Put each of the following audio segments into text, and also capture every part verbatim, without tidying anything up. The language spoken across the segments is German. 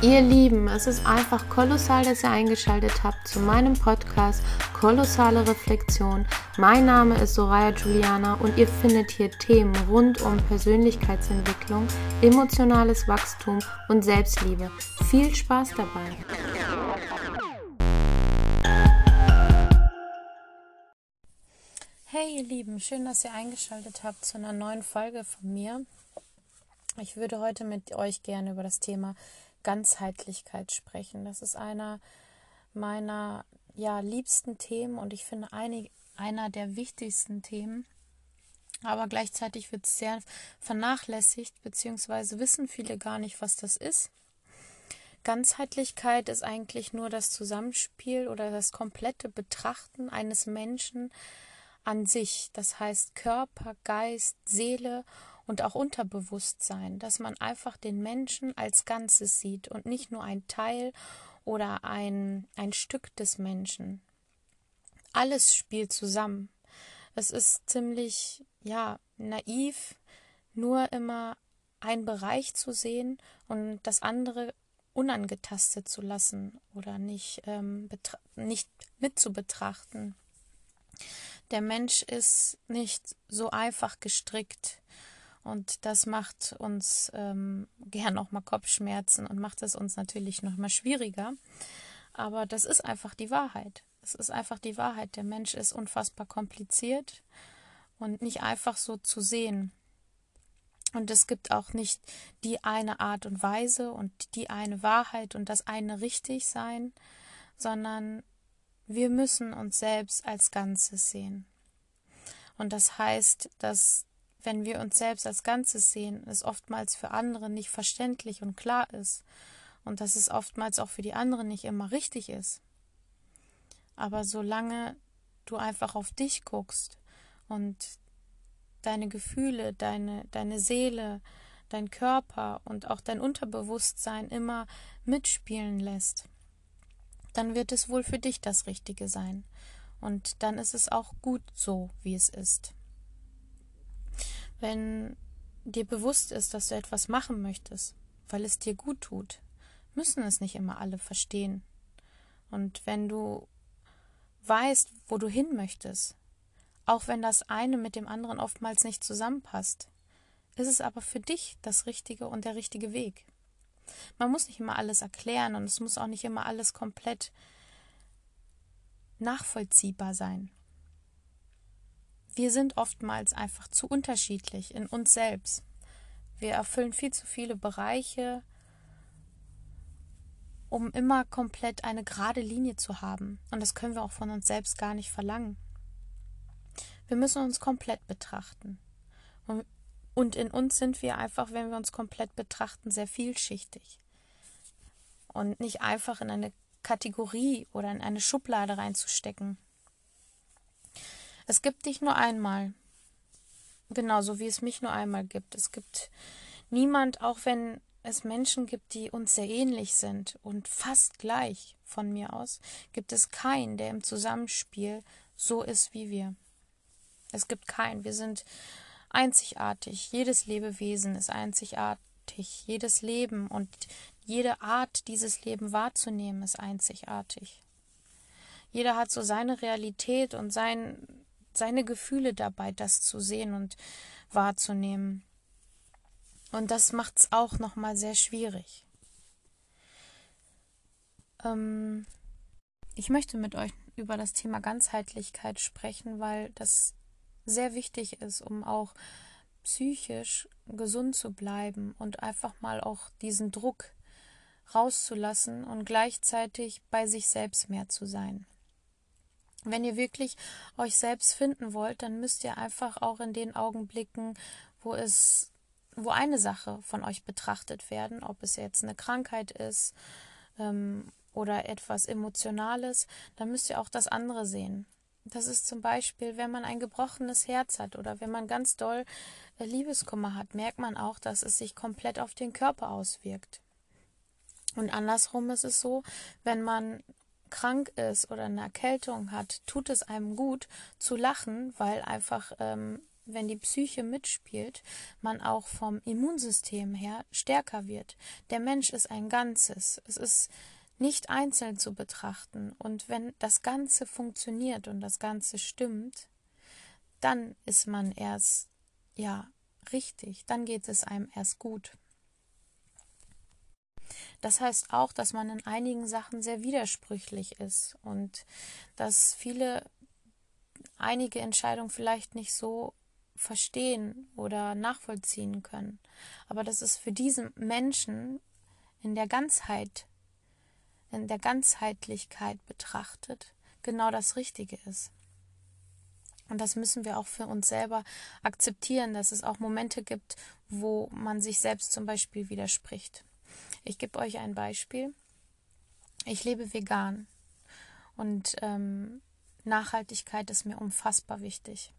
Ihr Lieben, es ist einfach kolossal, dass ihr eingeschaltet habt zu meinem Podcast Kolossale Reflexion. Mein Name ist Soraya Juliana und ihr findet hier Themen rund um Persönlichkeitsentwicklung, emotionales Wachstum und Selbstliebe. Viel Spaß dabei! Hey ihr Lieben, schön, dass ihr eingeschaltet habt zu einer neuen Folge von mir. Ich würde heute mit euch gerne über das Thema Ganzheitlichkeit sprechen. Das ist einer meiner ja, liebsten Themen und ich finde einig, einer der wichtigsten Themen. Aber gleichzeitig wird es sehr vernachlässigt, beziehungsweise wissen viele gar nicht, was das ist. Ganzheitlichkeit ist eigentlich nur das Zusammenspiel oder das komplette Betrachten eines Menschen an sich. Das heißt Körper, Geist, Seele und auch Unterbewusstsein, dass man einfach den Menschen als Ganzes sieht und nicht nur ein Teil oder ein, ein Stück des Menschen. Alles spielt zusammen. Es ist ziemlich, ja, naiv, nur immer einen Bereich zu sehen und das andere unangetastet zu lassen oder nicht, ähm, betra- nicht mit zu betrachten. Der Mensch ist nicht so einfach gestrickt. Und das macht uns ähm, gern auch mal Kopfschmerzen und macht es uns natürlich noch mal schwieriger. Aber das ist einfach die Wahrheit. Es ist einfach die Wahrheit. Der Mensch ist unfassbar kompliziert und nicht einfach so zu sehen. Und es gibt auch nicht die eine Art und Weise und die eine Wahrheit und das eine richtig sein, sondern wir müssen uns selbst als Ganzes sehen. Und das heißt, dass wenn wir uns selbst als Ganzes sehen, es oftmals für andere nicht verständlich und klar ist und dass es oftmals auch für die anderen nicht immer richtig ist. Aber solange du einfach auf dich guckst und deine Gefühle, deine, deine Seele, dein Körper und auch dein Unterbewusstsein immer mitspielen lässt, dann wird es wohl für dich das Richtige sein. Und dann ist es auch gut so, wie es ist. Wenn dir bewusst ist, dass du etwas machen möchtest, weil es dir gut tut, müssen es nicht immer alle verstehen. Und wenn du weißt, wo du hin möchtest, auch wenn das eine mit dem anderen oftmals nicht zusammenpasst, ist es aber für dich das Richtige und der richtige Weg. Man muss nicht immer alles erklären und es muss auch nicht immer alles komplett nachvollziehbar sein. Wir sind oftmals einfach zu unterschiedlich in uns selbst. Wir erfüllen viel zu viele Bereiche, um immer komplett eine gerade Linie zu haben. Und das können wir auch von uns selbst gar nicht verlangen. Wir müssen uns komplett betrachten. Und in uns sind wir einfach, wenn wir uns komplett betrachten, sehr vielschichtig. Und nicht einfach in eine Kategorie oder in eine Schublade reinzustecken. Es gibt dich nur einmal, genauso wie es mich nur einmal gibt. Es gibt niemand, auch wenn es Menschen gibt, die uns sehr ähnlich sind und fast gleich von mir aus, gibt es keinen, der im Zusammenspiel so ist wie wir. Es gibt keinen. Wir sind einzigartig. Jedes Lebewesen ist einzigartig. Jedes Leben und jede Art, dieses Leben wahrzunehmen, ist einzigartig. Jeder hat so seine Realität und sein seine Gefühle dabei, das zu sehen und wahrzunehmen. Und das macht es auch nochmal sehr schwierig. Ähm, ich möchte mit euch über das Thema Ganzheitlichkeit sprechen, weil das sehr wichtig ist, um auch psychisch gesund zu bleiben und einfach mal auch diesen Druck rauszulassen und gleichzeitig bei sich selbst mehr zu sein. Wenn ihr wirklich euch selbst finden wollt, dann müsst ihr einfach auch in den Augenblicken, wo es, wo eine Sache von euch betrachtet werden, ob es jetzt eine Krankheit ist ähm, oder etwas Emotionales, dann müsst ihr auch das andere sehen. Das ist zum Beispiel, wenn man ein gebrochenes Herz hat oder wenn man ganz doll äh, Liebeskummer hat, merkt man auch, dass es sich komplett auf den Körper auswirkt. Und andersrum ist es so, wenn man krank ist oder eine Erkältung hat, tut es einem gut zu lachen, weil einfach ähm, wenn die Psyche mitspielt, man auch vom Immunsystem her stärker wird. Der Mensch ist ein Ganzes. Es ist nicht einzeln zu betrachten. Und wenn das Ganze funktioniert und das Ganze stimmt, dann ist man erst, ja, richtig. Dann geht es einem erst gut. Das heißt auch, dass man in einigen Sachen sehr widersprüchlich ist und dass viele einige Entscheidungen vielleicht nicht so verstehen oder nachvollziehen können. Aber dass es für diesen Menschen in der Ganzheit, in der Ganzheitlichkeit betrachtet, genau das Richtige ist. Und das müssen wir auch für uns selber akzeptieren, dass es auch Momente gibt, wo man sich selbst zum Beispiel widerspricht. Ich gebe euch ein Beispiel. Ich lebe vegan und ähm, Nachhaltigkeit ist mir unfassbar wichtig.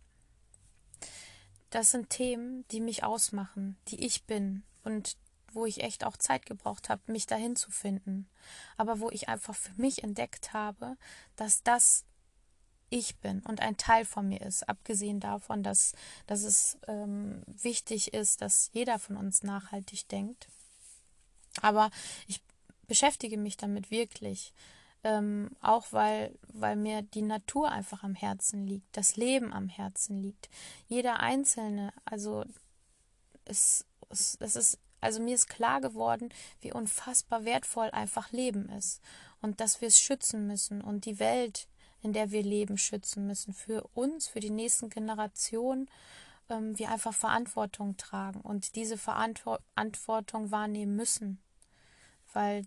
Das sind Themen, die mich ausmachen, die ich bin und wo ich echt auch Zeit gebraucht habe, mich dahin zu finden. Aber wo ich einfach für mich entdeckt habe, dass das ich bin und ein Teil von mir ist, abgesehen davon, dass, dass es ähm, wichtig ist, dass jeder von uns nachhaltig denkt. Aber ich beschäftige mich damit wirklich, ähm, auch weil, weil mir die Natur einfach am Herzen liegt, das Leben am Herzen liegt. Jeder Einzelne, also es, es, es ist, also mir ist klar geworden, wie unfassbar wertvoll einfach Leben ist und dass wir es schützen müssen und die Welt, in der wir leben, schützen müssen. Für uns, für die nächsten Generationen, ähm, wir einfach Verantwortung tragen und diese Verantwortung wahrnehmen müssen. Weil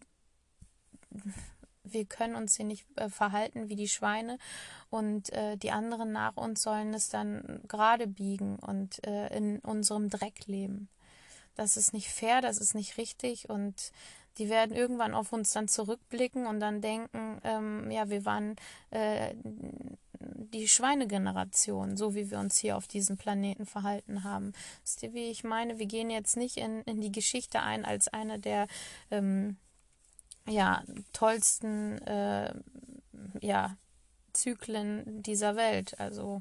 wir können uns hier nicht äh, verhalten wie die Schweine und äh, die anderen nach uns sollen es dann gerade biegen und äh, in unserem Dreck leben. Das ist nicht fair, das ist nicht richtig und die werden irgendwann auf uns dann zurückblicken und dann denken, ähm, ja, wir waren äh, die Schweinegeneration, so wie wir uns hier auf diesem Planeten verhalten haben. Wisst ihr, wie ich meine? Wir gehen jetzt nicht in, in die Geschichte ein als eine der ähm, ja, tollsten äh, ja, Zyklen dieser Welt. Also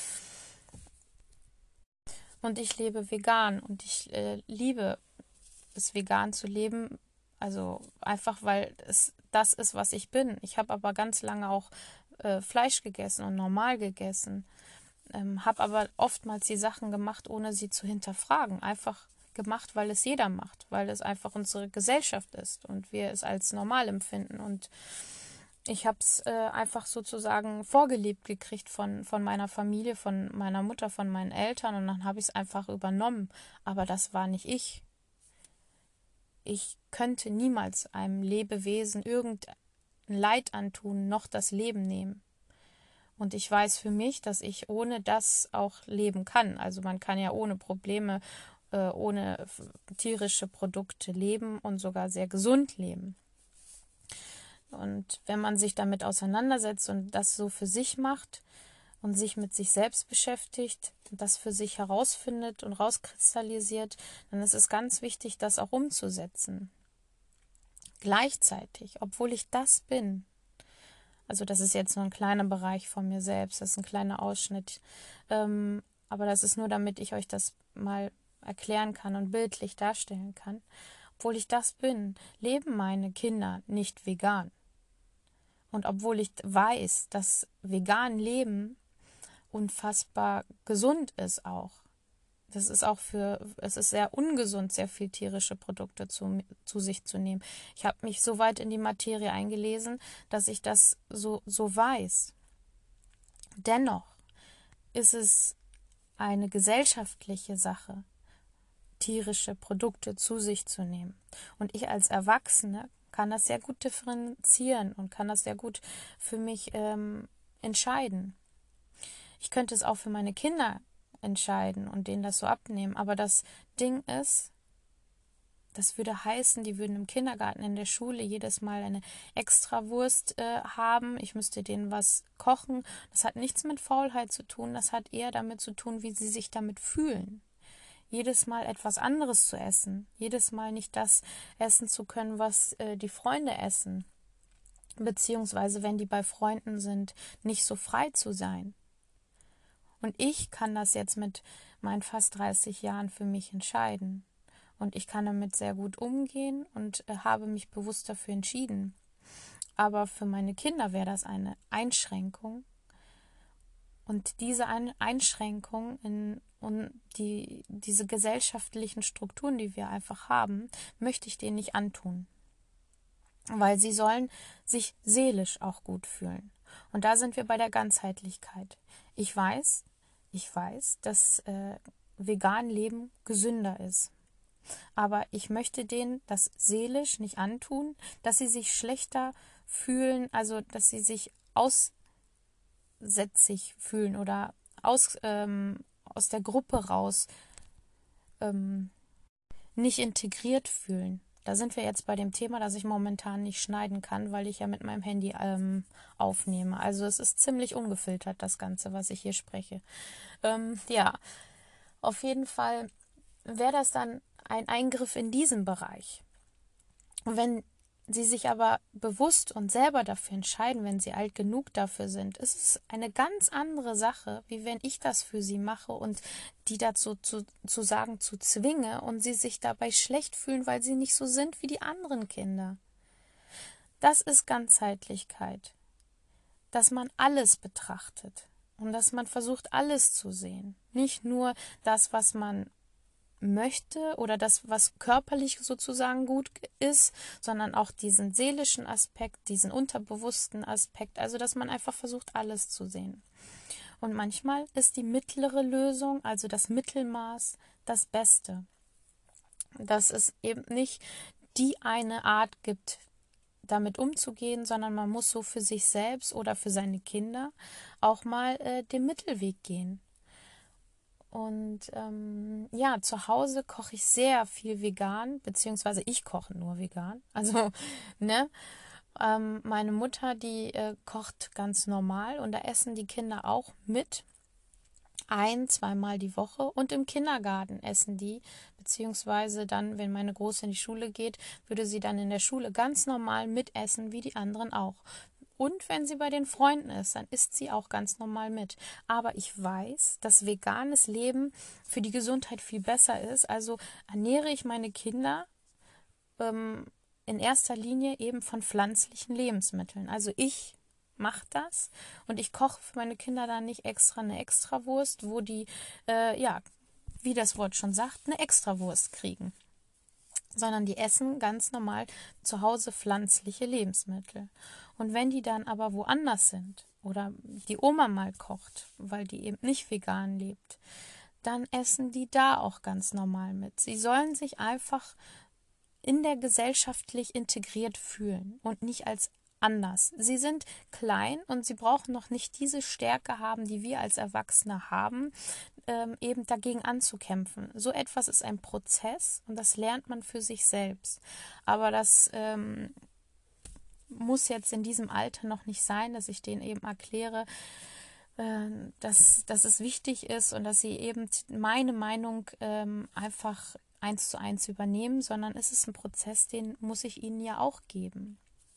und ich lebe vegan und ich äh, liebe es, vegan zu leben. Also einfach, weil es das ist, was ich bin. Ich habe aber ganz lange auch äh, Fleisch gegessen und normal gegessen. Ähm, habe aber oftmals die Sachen gemacht, ohne sie zu hinterfragen. Einfach gemacht, weil es jeder macht, weil es einfach unsere Gesellschaft ist und wir es als normal empfinden. Und ich habe es äh, einfach sozusagen vorgelebt gekriegt von, von meiner Familie, von meiner Mutter, von meinen Eltern und dann habe ich es einfach übernommen. Aber das war nicht ich. Ich könnte niemals einem Lebewesen irgendein Leid antun, noch das Leben nehmen. Und ich weiß für mich, dass ich ohne das auch leben kann. Also man kann ja ohne Probleme, äh, ohne tierische Produkte leben und sogar sehr gesund leben. Und wenn man sich damit auseinandersetzt und das so für sich macht und sich mit sich selbst beschäftigt und das für sich herausfindet und rauskristallisiert, dann ist es ganz wichtig, das auch umzusetzen. Gleichzeitig, obwohl ich das bin, also das ist jetzt nur ein kleiner Bereich von mir selbst, das ist ein kleiner Ausschnitt, ähm, aber das ist nur, damit ich euch das mal erklären kann und bildlich darstellen kann. Obwohl ich das bin, leben meine Kinder nicht vegan. Und obwohl ich weiß, dass vegan Leben unfassbar gesund ist auch. Das ist auch für, es ist sehr ungesund, sehr viel tierische Produkte zu, zu sich zu nehmen. Ich habe mich so weit in die Materie eingelesen, dass ich das so, so weiß. Dennoch ist es eine gesellschaftliche Sache, tierische Produkte zu sich zu nehmen. Und ich als Erwachsene kann das sehr gut differenzieren und kann das sehr gut für mich ähm, entscheiden. Ich könnte es auch für meine Kinder entscheiden und denen das so abnehmen. Aber das Ding ist, das würde heißen, die würden im Kindergarten, in der Schule jedes Mal eine Extrawurst äh, haben. Ich müsste denen was kochen. Das hat nichts mit Faulheit zu tun. Das hat eher damit zu tun, wie sie sich damit fühlen. Jedes Mal etwas anderes zu essen. Jedes Mal nicht das essen zu können, was äh, die Freunde essen. Beziehungsweise, wenn die bei Freunden sind, nicht so frei zu sein. Und ich kann das jetzt mit meinen fast dreißig Jahren für mich entscheiden. Und ich kann damit sehr gut umgehen und äh, habe mich bewusst dafür entschieden. Aber für meine Kinder wäre das eine Einschränkung. Und diese Ein- Einschränkung in und die, diese gesellschaftlichen Strukturen, die wir einfach haben, möchte ich denen nicht antun. Weil sie sollen sich seelisch auch gut fühlen. Und da sind wir bei der Ganzheitlichkeit. Ich weiß, ich weiß, dass äh, vegan Leben gesünder ist. Aber ich möchte denen das seelisch nicht antun, dass sie sich schlechter fühlen, also dass sie sich aussätzig fühlen oder aus, ähm, aus der Gruppe raus ähm, nicht integriert fühlen. Da sind wir jetzt bei dem Thema, das ich momentan nicht schneiden kann, weil ich ja mit meinem Handy ähm, aufnehme. Also es ist ziemlich ungefiltert, das Ganze, was ich hier spreche. Ähm, ja, auf jeden Fall wäre das dann ein Eingriff in diesen Bereich. Und wenn sie sich aber bewusst und selber dafür entscheiden, wenn sie alt genug dafür sind, ist es eine ganz andere Sache, wie wenn ich das für sie mache und die dazu zu, zu sagen zu zwinge und sie sich dabei schlecht fühlen, weil sie nicht so sind wie die anderen Kinder. Das ist Ganzheitlichkeit, dass man alles betrachtet und dass man versucht, alles zu sehen. Nicht nur das, was man möchte oder das, was körperlich sozusagen gut ist, sondern auch diesen seelischen Aspekt, diesen unterbewussten Aspekt, also dass man einfach versucht, alles zu sehen. Und manchmal ist die mittlere Lösung, also das Mittelmaß, das Beste. Dass es eben nicht die eine Art gibt, damit umzugehen, sondern man muss so für sich selbst oder für seine Kinder auch mal äh, den Mittelweg gehen. Und ähm, ja, zu Hause koche ich sehr viel vegan, beziehungsweise ich koche nur vegan. Also, ne? Ähm, meine Mutter, die äh, kocht ganz normal und da essen die Kinder auch mit. Ein, zweimal die Woche. Und im Kindergarten essen die, beziehungsweise dann, wenn meine Große in die Schule geht, würde sie dann in der Schule ganz normal mitessen, wie die anderen auch. Und wenn sie bei den Freunden ist, dann isst sie auch ganz normal mit. Aber ich weiß, dass veganes Leben für die Gesundheit viel besser ist. Also ernähre ich meine Kinder ähm, in erster Linie eben von pflanzlichen Lebensmitteln. Also ich mache das und ich koche für meine Kinder dann nicht extra eine Extrawurst, wo die, äh, ja, wie das Wort schon sagt, eine Extrawurst kriegen, sondern die essen ganz normal zu Hause pflanzliche Lebensmittel. Und wenn die dann aber woanders sind oder die Oma mal kocht, weil die eben nicht vegan lebt, dann essen die da auch ganz normal mit. Sie sollen sich einfach in der gesellschaftlich integriert fühlen und nicht als anders. Sie sind klein und sie brauchen noch nicht diese Stärke haben, die wir als Erwachsene haben, ähm, eben dagegen anzukämpfen. So etwas ist ein Prozess und das lernt man für sich selbst. Aber das ähm, muss jetzt in diesem Alter noch nicht sein, dass ich denen eben erkläre, äh, dass, dass es wichtig ist und dass sie eben meine Meinung ähm, einfach eins zu eins übernehmen, sondern es ist ein Prozess, den muss ich ihnen ja auch geben.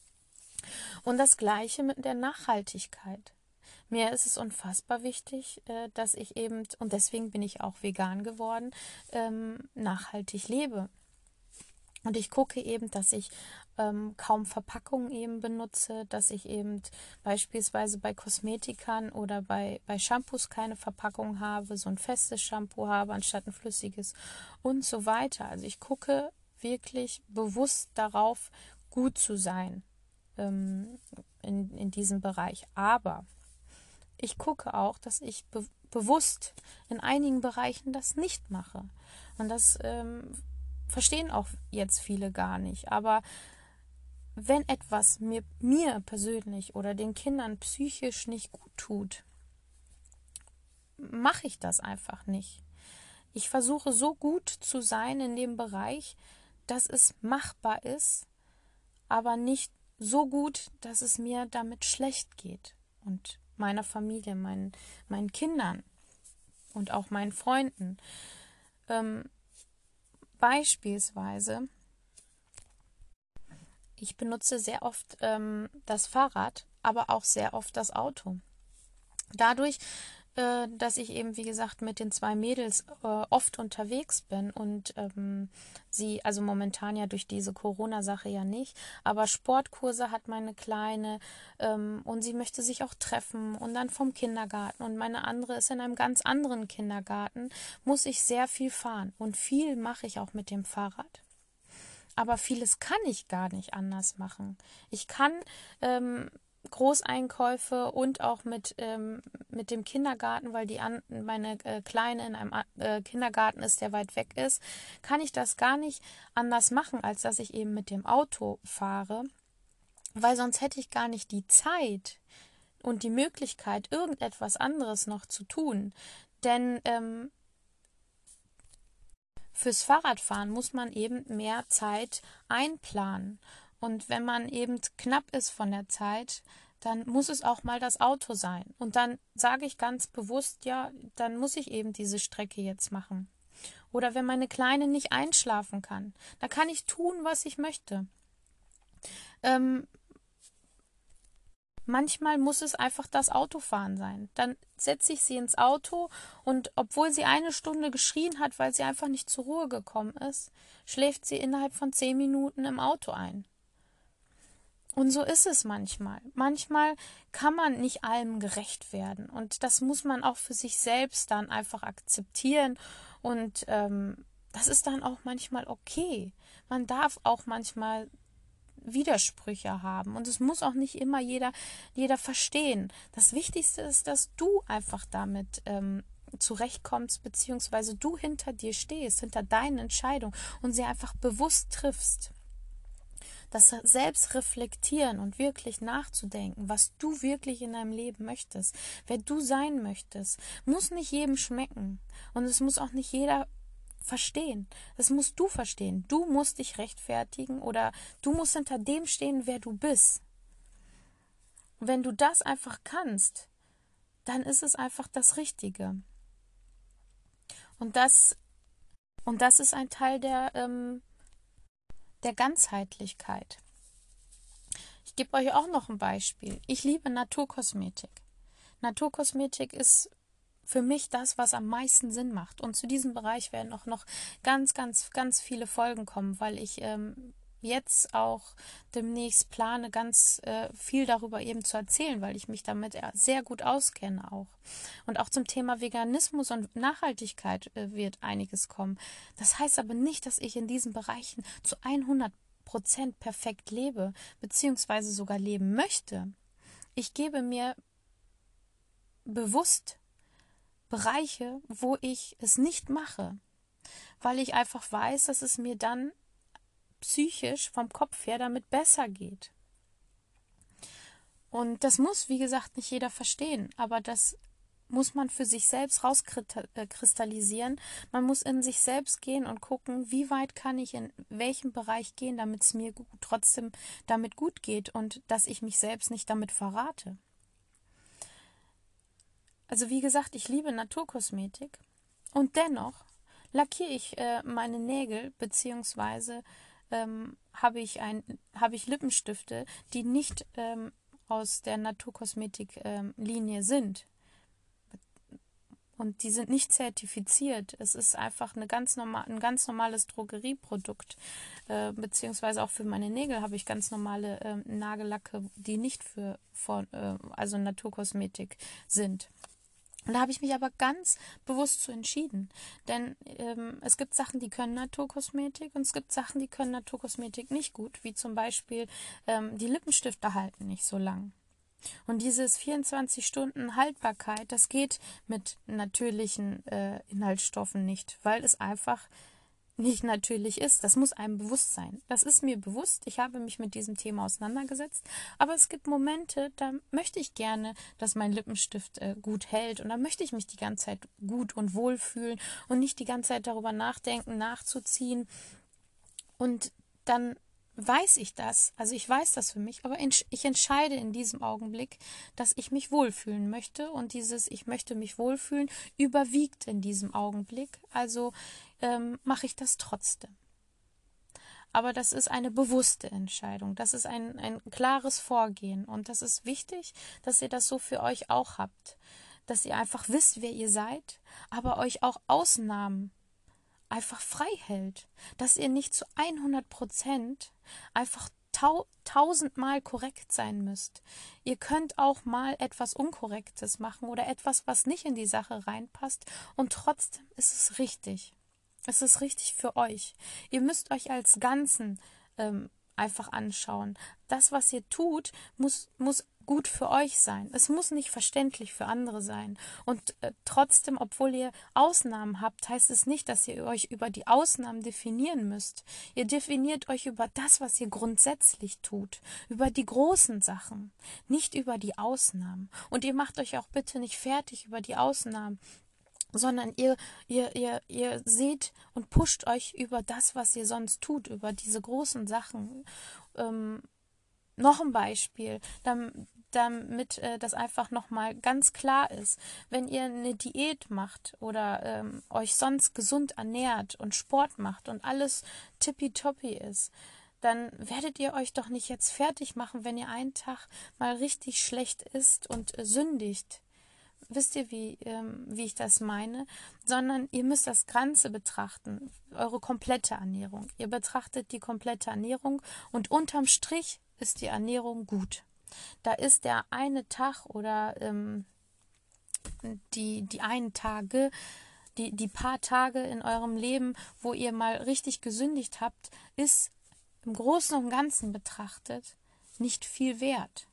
Und das Gleiche mit der Nachhaltigkeit. Mir ist es unfassbar wichtig, äh, dass ich eben, und deswegen bin ich auch vegan geworden, ähm, nachhaltig lebe. Und ich gucke eben, dass ich ähm, kaum Verpackungen eben benutze, dass ich eben beispielsweise bei Kosmetikern oder bei, bei Shampoos keine Verpackung habe, so ein festes Shampoo habe anstatt ein flüssiges und so weiter. Also ich gucke wirklich bewusst darauf, gut zu sein ähm, in, in diesem Bereich. Aber ich gucke auch, dass ich be bewusst in einigen Bereichen das nicht mache. Und das ähm, verstehen auch jetzt viele gar nicht. Aber wenn etwas mir, mir persönlich oder den Kindern psychisch nicht gut tut, mache ich das einfach nicht. Ich versuche so gut zu sein in dem Bereich, dass es machbar ist, aber nicht so gut, dass es mir damit schlecht geht. Und meiner Familie, meinen, meinen Kindern und auch meinen Freunden. Ähm, beispielsweise, ich benutze sehr oft ähm, das Fahrrad, aber auch sehr oft das Auto. Dadurch äh, dass ich eben, wie gesagt, mit den zwei Mädels äh, oft unterwegs bin und ähm, sie, also momentan ja durch diese Corona-Sache ja nicht, aber Sportkurse hat meine Kleine ähm, und sie möchte sich auch treffen und dann vom Kindergarten und meine andere ist in einem ganz anderen Kindergarten, muss ich sehr viel fahren und viel mache ich auch mit dem Fahrrad. Aber vieles kann ich gar nicht anders machen. Ich kann ähm, Großeinkäufe und auch mit, ähm, mit dem Kindergarten, weil die an, meine äh, Kleine in einem äh, Kindergarten ist, der weit weg ist, kann ich das gar nicht anders machen, als dass ich eben mit dem Auto fahre, weil sonst hätte ich gar nicht die Zeit und die Möglichkeit, irgendetwas anderes noch zu tun. Denn ähm, fürs Fahrradfahren muss man eben mehr Zeit einplanen. Und wenn man eben knapp ist von der Zeit, dann muss es auch mal das Auto sein. Und dann sage ich ganz bewusst, ja, dann muss ich eben diese Strecke jetzt machen. Oder wenn meine Kleine nicht einschlafen kann, da kann ich tun, was ich möchte. Ähm, Manchmal muss es einfach das Autofahren sein. Dann setze ich sie ins Auto und obwohl sie eine Stunde geschrien hat, weil sie einfach nicht zur Ruhe gekommen ist, schläft sie innerhalb von zehn Minuten im Auto ein. Und so ist es manchmal. Manchmal kann man nicht allem gerecht werden. Und das muss man auch für sich selbst dann einfach akzeptieren. Und ähm, das ist dann auch manchmal okay. Man darf auch manchmal Widersprüche haben. Und es muss auch nicht immer jeder, jeder verstehen. Das Wichtigste ist, dass du einfach damit ähm, zurechtkommst, beziehungsweise du hinter dir stehst, hinter deinen Entscheidungen und sie einfach bewusst triffst. Das selbst reflektieren und wirklich nachzudenken, was du wirklich in deinem Leben möchtest, wer du sein möchtest, muss nicht jedem schmecken. Und es muss auch nicht jeder verstehen. Das musst du verstehen. Du musst dich rechtfertigen oder du musst hinter dem stehen, wer du bist. Und wenn du das einfach kannst, dann ist es einfach das Richtige. Und das, und das ist ein Teil der, ähm, der Ganzheitlichkeit. Ich gebe euch auch noch ein Beispiel. Ich liebe Naturkosmetik. Naturkosmetik ist für mich das, was am meisten Sinn macht. Und zu diesem Bereich werden auch noch ganz, ganz, ganz viele Folgen kommen, weil ich ähm, jetzt auch demnächst plane, ganz äh, viel darüber eben zu erzählen, weil ich mich damit sehr gut auskenne auch. Und auch zum Thema Veganismus und Nachhaltigkeit äh, wird einiges kommen. Das heißt aber nicht, dass ich in diesen Bereichen zu hundert Prozent perfekt lebe, beziehungsweise sogar leben möchte. Ich gebe mir bewusst Bereiche, wo ich es nicht mache, weil ich einfach weiß, dass es mir dann psychisch vom Kopf her damit besser geht. Und das muss, wie gesagt, nicht jeder verstehen, aber das muss man für sich selbst rauskristallisieren. Man muss in sich selbst gehen und gucken, wie weit kann ich in welchem Bereich gehen, damit es mir gut, trotzdem damit gut geht und dass ich mich selbst nicht damit verrate. Also wie gesagt, ich liebe Naturkosmetik und dennoch lackiere ich äh, meine Nägel, beziehungsweise ähm, habe ich, ein, habe ich Lippenstifte, die nicht ähm, aus der Naturkosmetik-Linie ähm, sind. Und die sind nicht zertifiziert. Es ist einfach eine ganz normal, ein ganz normales Drogerieprodukt. Äh, beziehungsweise auch für meine Nägel habe ich ganz normale äh, Nagellacke, die nicht für, für äh, also Naturkosmetik sind. Und da habe ich mich aber ganz bewusst zu entschieden. Denn ähm, es gibt Sachen, die können Naturkosmetik und es gibt Sachen, die können Naturkosmetik nicht gut, wie zum Beispiel ähm, die Lippenstifte halten nicht so lang. Und dieses vierundzwanzig Stunden Haltbarkeit, das geht mit natürlichen äh, Inhaltsstoffen nicht, weil es einfach nicht natürlich ist. Das muss einem bewusst sein. Das ist mir bewusst. Ich habe mich mit diesem Thema auseinandergesetzt. Aber es gibt Momente, da möchte ich gerne, dass mein Lippenstift äh, gut hält. Und da möchte ich mich die ganze Zeit gut und wohl fühlen und nicht die ganze Zeit darüber nachdenken, nachzuziehen. Und dann weiß ich das, also ich weiß das für mich, aber ich entscheide in diesem Augenblick, dass ich mich wohlfühlen möchte und dieses ich möchte mich wohlfühlen überwiegt in diesem Augenblick, also ähm, mache ich das trotzdem. Aber das ist eine bewusste Entscheidung, das ist ein, ein klares Vorgehen und das ist wichtig, dass ihr das so für euch auch habt. dass ihr einfach wisst, wer ihr seid, aber euch auch Ausnahmen einfach frei hält, dass ihr nicht zu hundert Prozent einfach tau tausendmal korrekt sein müsst. Ihr könnt auch mal etwas Unkorrektes machen oder etwas, was nicht in die Sache reinpasst, und trotzdem ist es richtig. Es ist richtig für euch. Ihr müsst euch als Ganzen ähm, einfach anschauen. Das, was ihr tut, muss, muss gut für euch sein. Es muss nicht verständlich für andere sein. Und äh, trotzdem, obwohl ihr Ausnahmen habt, heißt es nicht, dass ihr euch über die Ausnahmen definieren müsst. Ihr definiert euch über das, was ihr grundsätzlich tut, über die großen Sachen, nicht über die Ausnahmen. Und ihr macht euch auch bitte nicht fertig über die Ausnahmen, sondern ihr, ihr, ihr, ihr seht und pusht euch über das, was ihr sonst tut, über diese großen Sachen. Ähm, noch ein Beispiel, damit, damit äh, das einfach nochmal ganz klar ist. Wenn ihr eine Diät macht oder ähm, euch sonst gesund ernährt und Sport macht und alles tippitoppi ist, dann werdet ihr euch doch nicht jetzt fertig machen, wenn ihr einen Tag mal richtig schlecht isst und äh, sündigt. Wisst ihr, wie, ähm, wie ich das meine? Sondern ihr müsst das Ganze betrachten, eure komplette Ernährung. Ihr betrachtet die komplette Ernährung und unterm Strich ist die Ernährung gut. Da ist der eine Tag oder ähm, die, die einen Tage, die, die paar Tage in eurem Leben, wo ihr mal richtig gesündigt habt, ist im Großen und Ganzen betrachtet nicht viel wert.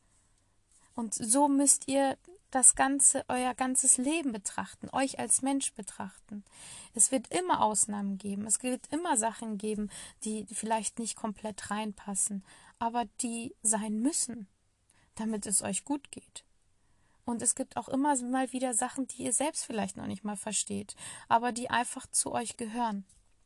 Und so müsst ihr das ganze, euer ganzes Leben betrachten, euch als Mensch betrachten. Es wird immer Ausnahmen geben, es wird immer Sachen geben, die vielleicht nicht komplett reinpassen, aber die sein müssen, damit es euch gut geht. Und es gibt auch immer mal wieder Sachen, die ihr selbst vielleicht noch nicht mal versteht, aber die einfach zu euch gehören.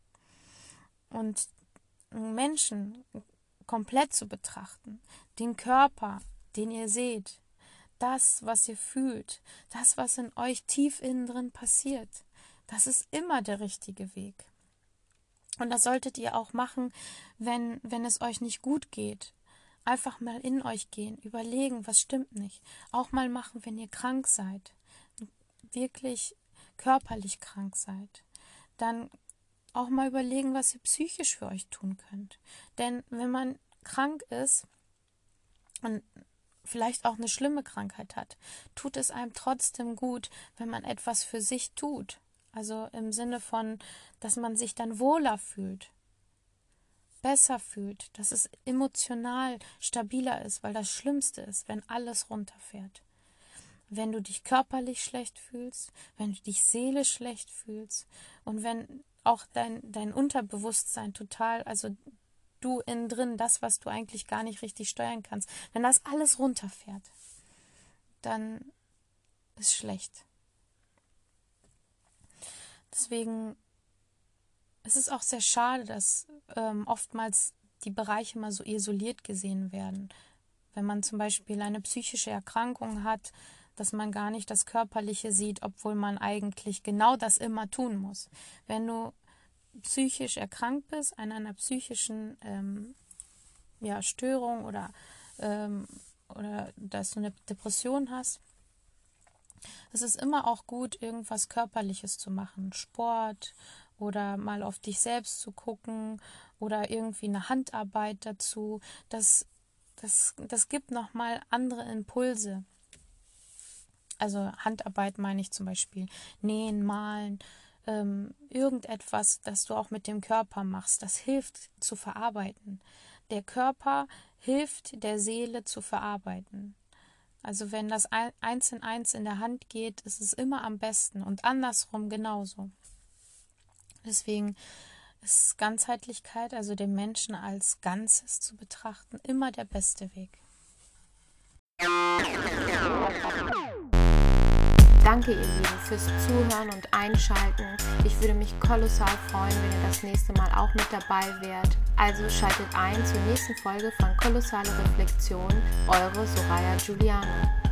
Und Menschen komplett zu betrachten, den Körper, den ihr seht, das, was ihr fühlt, das, was in euch tief innen drin passiert, das ist immer der richtige Weg. Und das solltet ihr auch machen, wenn, wenn es euch nicht gut geht. Einfach mal in euch gehen, überlegen, was stimmt nicht. Auch mal machen, wenn ihr krank seid, wirklich körperlich krank seid. Dann auch mal überlegen, was ihr psychisch für euch tun könnt. Denn wenn man krank ist und vielleicht auch eine schlimme Krankheit hat, tut es einem trotzdem gut, wenn man etwas für sich tut. Also im Sinne von, dass man sich dann wohler fühlt, besser fühlt, dass es emotional stabiler ist, weil das Schlimmste ist, wenn alles runterfährt. Wenn du dich körperlich schlecht fühlst, wenn du dich seelisch schlecht fühlst und wenn auch dein, dein Unterbewusstsein total, also du innen drin, das, was du eigentlich gar nicht richtig steuern kannst, wenn das alles runterfährt, dann ist schlecht. Deswegen ist es auch sehr schade, dass ähm, oftmals die Bereiche mal so isoliert gesehen werden. Wenn man zum Beispiel eine psychische Erkrankung hat, dass man gar nicht das Körperliche sieht, obwohl man eigentlich genau das immer tun muss. Wenn du psychisch erkrankt bist, an einer psychischen ähm, ja, Störung oder, ähm, oder dass du eine Depression hast, es ist immer auch gut, irgendwas Körperliches zu machen, Sport oder mal auf dich selbst zu gucken oder irgendwie eine Handarbeit dazu. Das, das, das gibt nochmal andere Impulse. Also Handarbeit meine ich zum Beispiel nähen, malen, ähm, irgendetwas, das du auch mit dem Körper machst. Das hilft zu verarbeiten. Der Körper hilft der Seele zu verarbeiten. Also wenn das eins in eins in der Hand geht, ist es immer am besten und andersrum genauso. Deswegen ist Ganzheitlichkeit, also den Menschen als Ganzes zu betrachten, immer der beste Weg. Danke ihr Lieben fürs Zuhören und Einschalten. Ich würde mich kolossal freuen, wenn ihr das nächste Mal auch mit dabei wärt. Also schaltet ein zur nächsten Folge von Kolossale Reflexion, eure Soraya Giuliano.